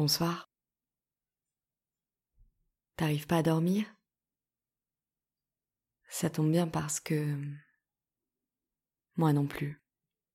Bonsoir. T'arrives pas à dormir? Ça tombe bien parce que moi non plus.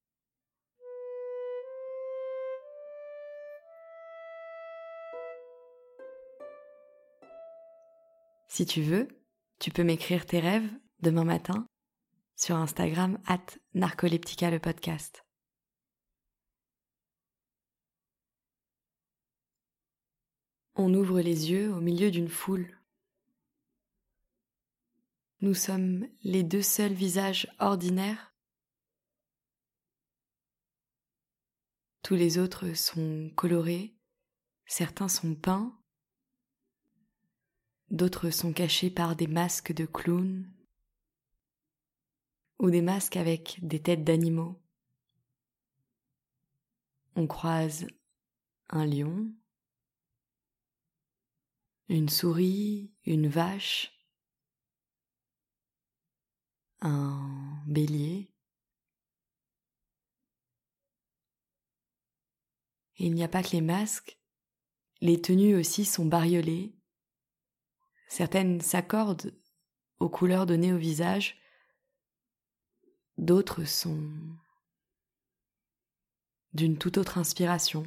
Si tu veux, tu peux m'écrire tes rêves demain matin sur Instagram @narcoleptica le podcast. On ouvre les yeux au milieu d'une foule. Nous sommes les deux seuls visages ordinaires. Tous les autres sont colorés, certains sont peints, d'autres sont cachés par des masques de clowns ou des masques avec des têtes d'animaux. On croise un lion, une souris, une vache, un bélier. Et il n'y a pas que les masques, les tenues aussi sont bariolées. Certaines s'accordent aux couleurs données au visage, d'autres sont d'une toute autre inspiration.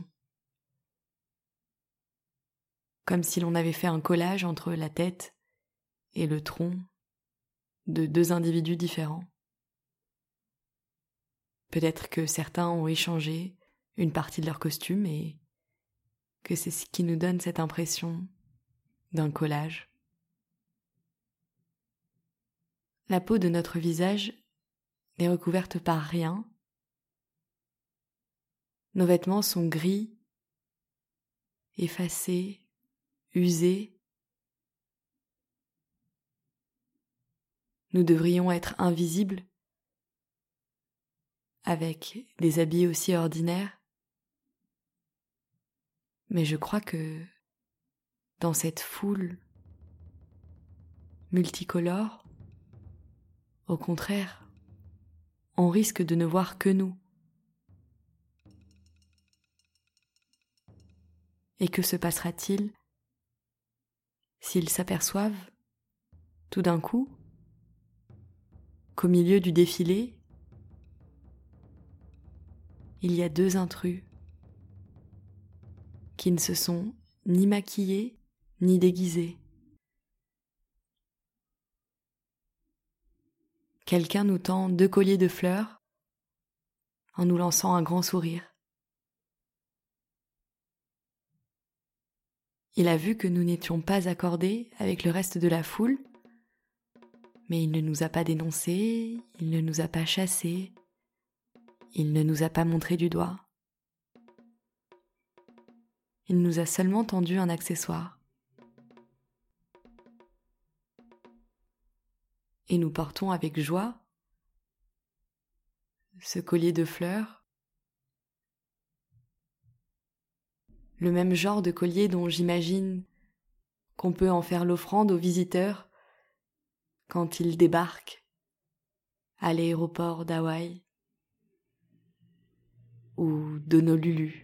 Comme si l'on avait fait un collage entre la tête et le tronc de deux individus différents. Peut-être que certains ont échangé une partie de leur costume et que c'est ce qui nous donne cette impression d'un collage. La peau de notre visage n'est recouverte par rien. Nos vêtements sont gris, effacés, usés. Nous devrions être invisibles, avec des habits aussi ordinaires. Mais je crois que dans cette foule multicolore, au contraire, on risque de ne voir que nous. Et que se passera-t-il s'ils s'aperçoivent, tout d'un coup, qu'au milieu du défilé, il y a deux intrus qui ne se sont ni maquillés ni déguisés. Quelqu'un nous tend 2 colliers de fleurs en nous lançant un grand sourire. Il a vu que nous n'étions pas accordés avec le reste de la foule, mais il ne nous a pas dénoncés, il ne nous a pas chassés, il ne nous a pas montré du doigt. Il nous a seulement tendu un accessoire. Et nous portons avec joie ce collier de fleurs, le même genre de collier dont j'imagine qu'on peut en faire l'offrande aux visiteurs quand ils débarquent à l'aéroport d'Hawaï ou d'Honolulu.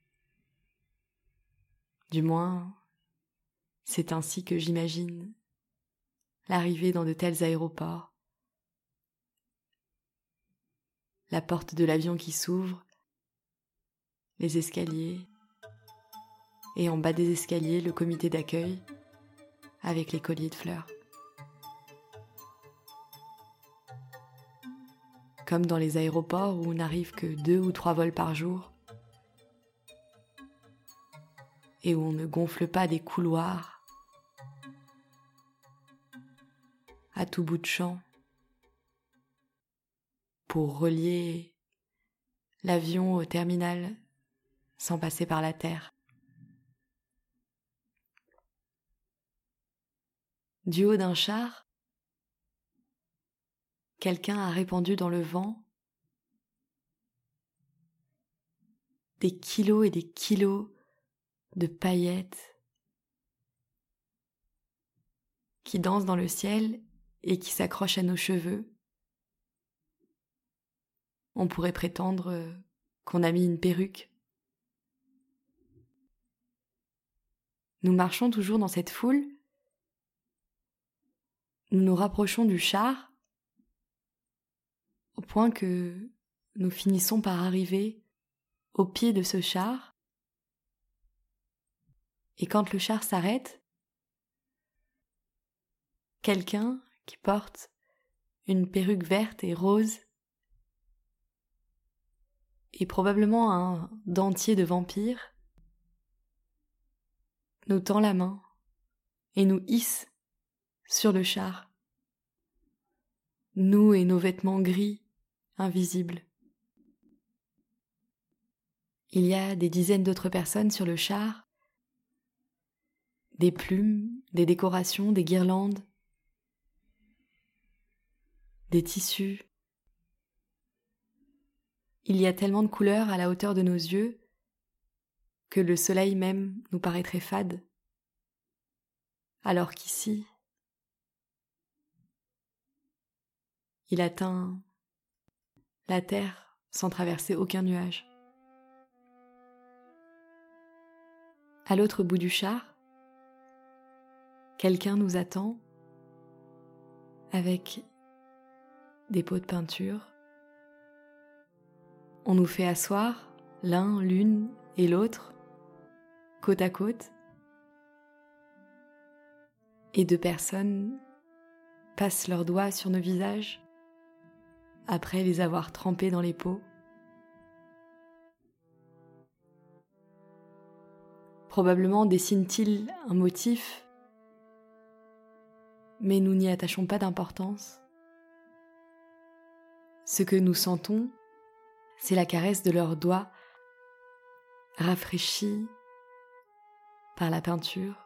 Du moins, c'est ainsi que j'imagine l'arrivée dans de tels aéroports. La porte de l'avion qui s'ouvre, les escaliers, et en bas des escaliers, le comité d'accueil avec les colliers de fleurs. Comme dans les aéroports où on n'arrive que 2 ou 3 vols par jour et où on ne gonfle pas des couloirs à tout bout de champ pour relier l'avion au terminal sans passer par la terre. Du haut d'un char, quelqu'un a répandu dans le vent des kilos et des kilos de paillettes qui dansent dans le ciel et qui s'accrochent à nos cheveux. On pourrait prétendre qu'on a mis une perruque. Nous marchons toujours dans cette foule. Nous nous rapprochons du char au point que nous finissons par arriver au pied de ce char. Et quand le char s'arrête, quelqu'un qui porte une perruque verte et rose et probablement un dentier de vampire nous tend la main et nous hisse sur le char, nous et nos vêtements gris, invisibles. Il y a des dizaines d'autres personnes sur le char, des plumes, des décorations, des guirlandes, des tissus. Il y a tellement de couleurs à la hauteur de nos yeux que le soleil même nous paraîtrait fade, alors qu'ici, il atteint la terre sans traverser aucun nuage. À l'autre bout du char, quelqu'un nous attend avec des pots de peinture. On nous fait asseoir, l'un, l'une et l'autre, côte à côte, et deux personnes passent leurs doigts sur nos visages après les avoir trempés dans les pots. Probablement dessinent-ils un motif, mais nous n'y attachons pas d'importance. Ce que nous sentons, c'est la caresse de leurs doigts rafraîchis par la peinture,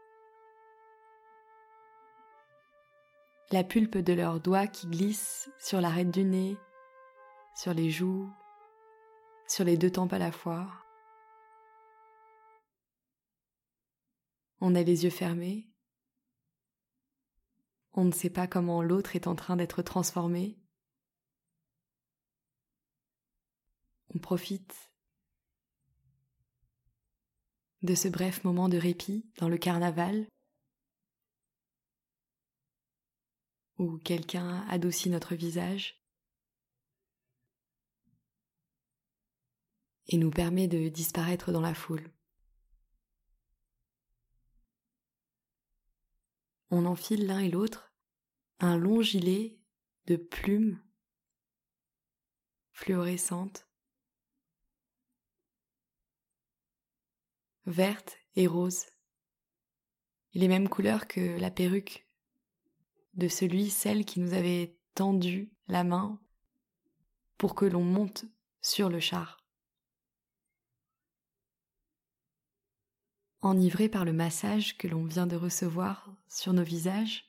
la pulpe de leurs doigts qui glisse sur l'arête du nez, sur les joues, sur les deux tempes à la fois. On a les yeux fermés. On ne sait pas comment l'autre est en train d'être transformé. On profite de ce bref moment de répit dans le carnaval où quelqu'un adoucit notre visage et nous permet de disparaître dans la foule. On enfile l'un et l'autre un long gilet de plumes fluorescentes, vertes et roses, les mêmes couleurs que la perruque de celle qui nous avait tendu la main pour que l'on monte sur le char. Enivrés par le massage que l'on vient de recevoir sur nos visages,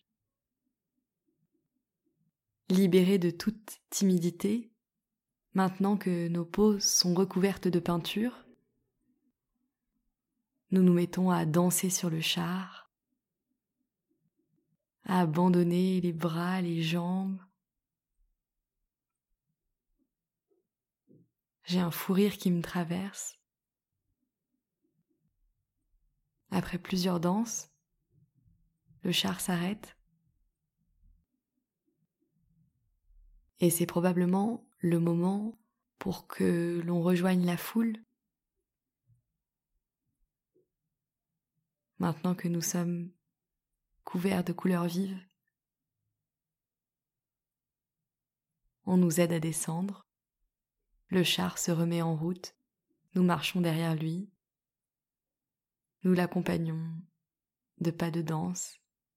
libérés de toute timidité, maintenant que nos peaux sont recouvertes de peinture, nous nous mettons à danser sur le char, à abandonner les bras, les jambes. J'ai un fou rire qui me traverse. Après plusieurs danses, le char s'arrête. Et c'est probablement le moment pour que l'on rejoigne la foule. Maintenant que nous sommes couverts de couleurs vives, on nous aide à descendre. Le char se remet en route. Nous marchons derrière lui. Nous l'accompagnons de pas de danse.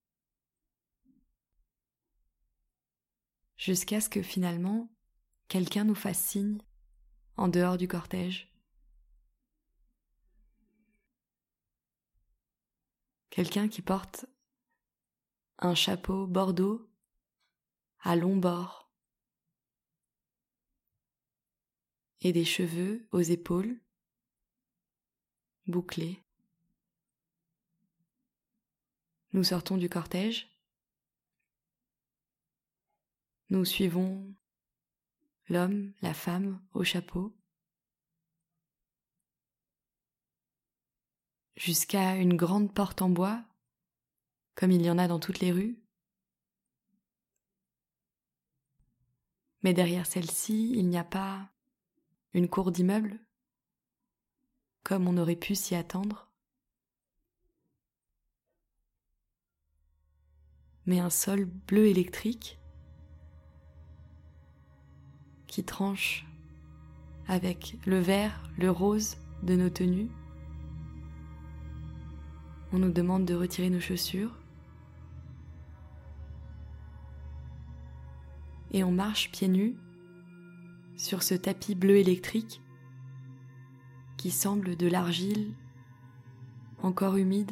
Jusqu'à ce que finalement, quelqu'un nous fasse signe en dehors du cortège. Quelqu'un qui porte un chapeau bordeaux à longs bords et des cheveux aux épaules, bouclés. Nous sortons du cortège. Nous suivons l'homme, la femme au chapeau. jusqu'à une grande porte en bois, comme il y en a dans toutes les rues. Mais derrière celle-ci, il n'y a pas une cour d'immeuble, comme on aurait pu s'y attendre, mais un sol bleu électrique qui tranche avec le vert, le rose de nos tenues. On nous demande de retirer nos chaussures et on marche pieds nus sur ce tapis bleu électrique qui semble de l'argile encore humide,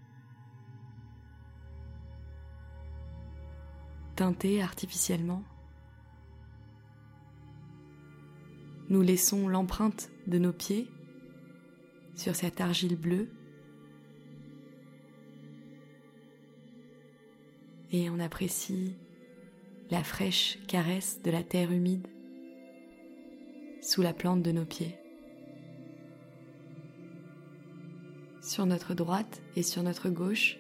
teintée artificiellement. Nous laissons l'empreinte de nos pieds sur cette argile bleue et on apprécie la fraîche caresse de la terre humide sous la plante de nos pieds. Sur notre droite et sur notre gauche,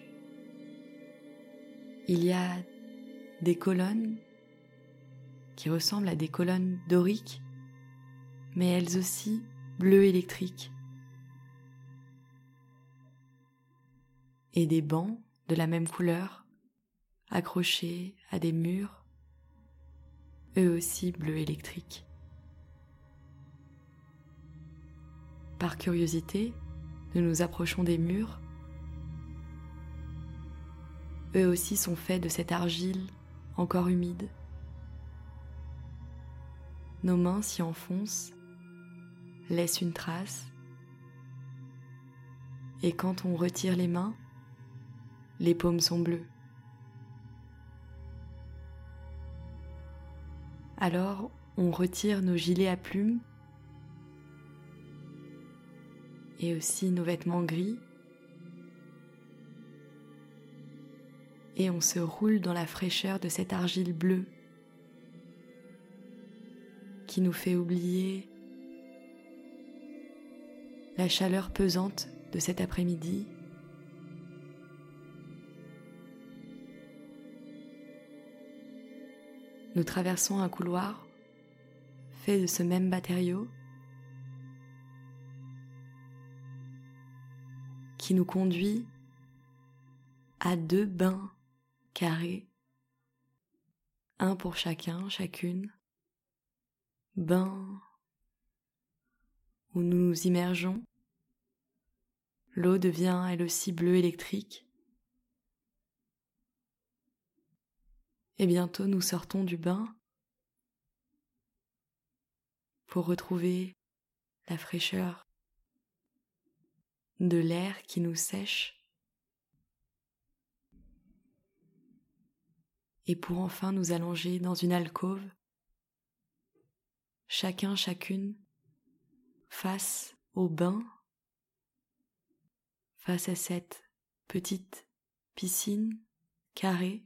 il y a des colonnes qui ressemblent à des colonnes doriques, mais elles aussi bleu électrique. Et des bancs de la même couleur, accrochés à des murs, eux aussi bleu électrique. Par curiosité, nous nous approchons des murs. Eux aussi sont faits de cette argile encore humide. Nos mains s'y enfoncent, laissent une trace, et quand on retire les mains, les paumes sont bleues. Alors, on retire nos gilets à plumes et aussi nos vêtements gris et on se roule dans la fraîcheur de cette argile bleue qui nous fait oublier la chaleur pesante de cet après-midi. Nous traversons un couloir fait de ce même matériau qui nous conduit à 2 bains carrés, un pour chacun, chacune, bains où nous nous immergeons. L'eau devient elle aussi bleue électrique. Et bientôt nous sortons du bain pour retrouver la fraîcheur de l'air qui nous sèche et pour enfin nous allonger dans une alcôve, chacun, chacune, face au bain, face à cette petite piscine carrée,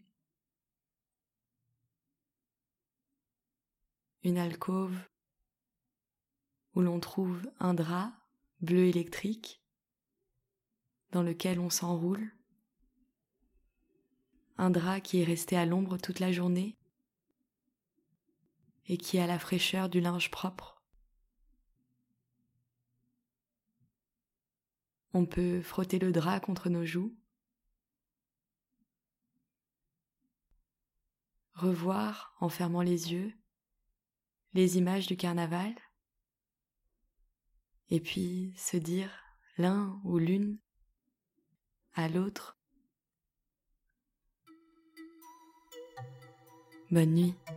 une alcôve où l'on trouve un drap bleu électrique dans lequel on s'enroule, un drap qui est resté à l'ombre toute la journée et qui a la fraîcheur du linge propre. On peut frotter le drap contre nos joues, revoir en fermant les yeux les images du carnaval et puis se dire l'un ou l'une à l'autre: bonne nuit.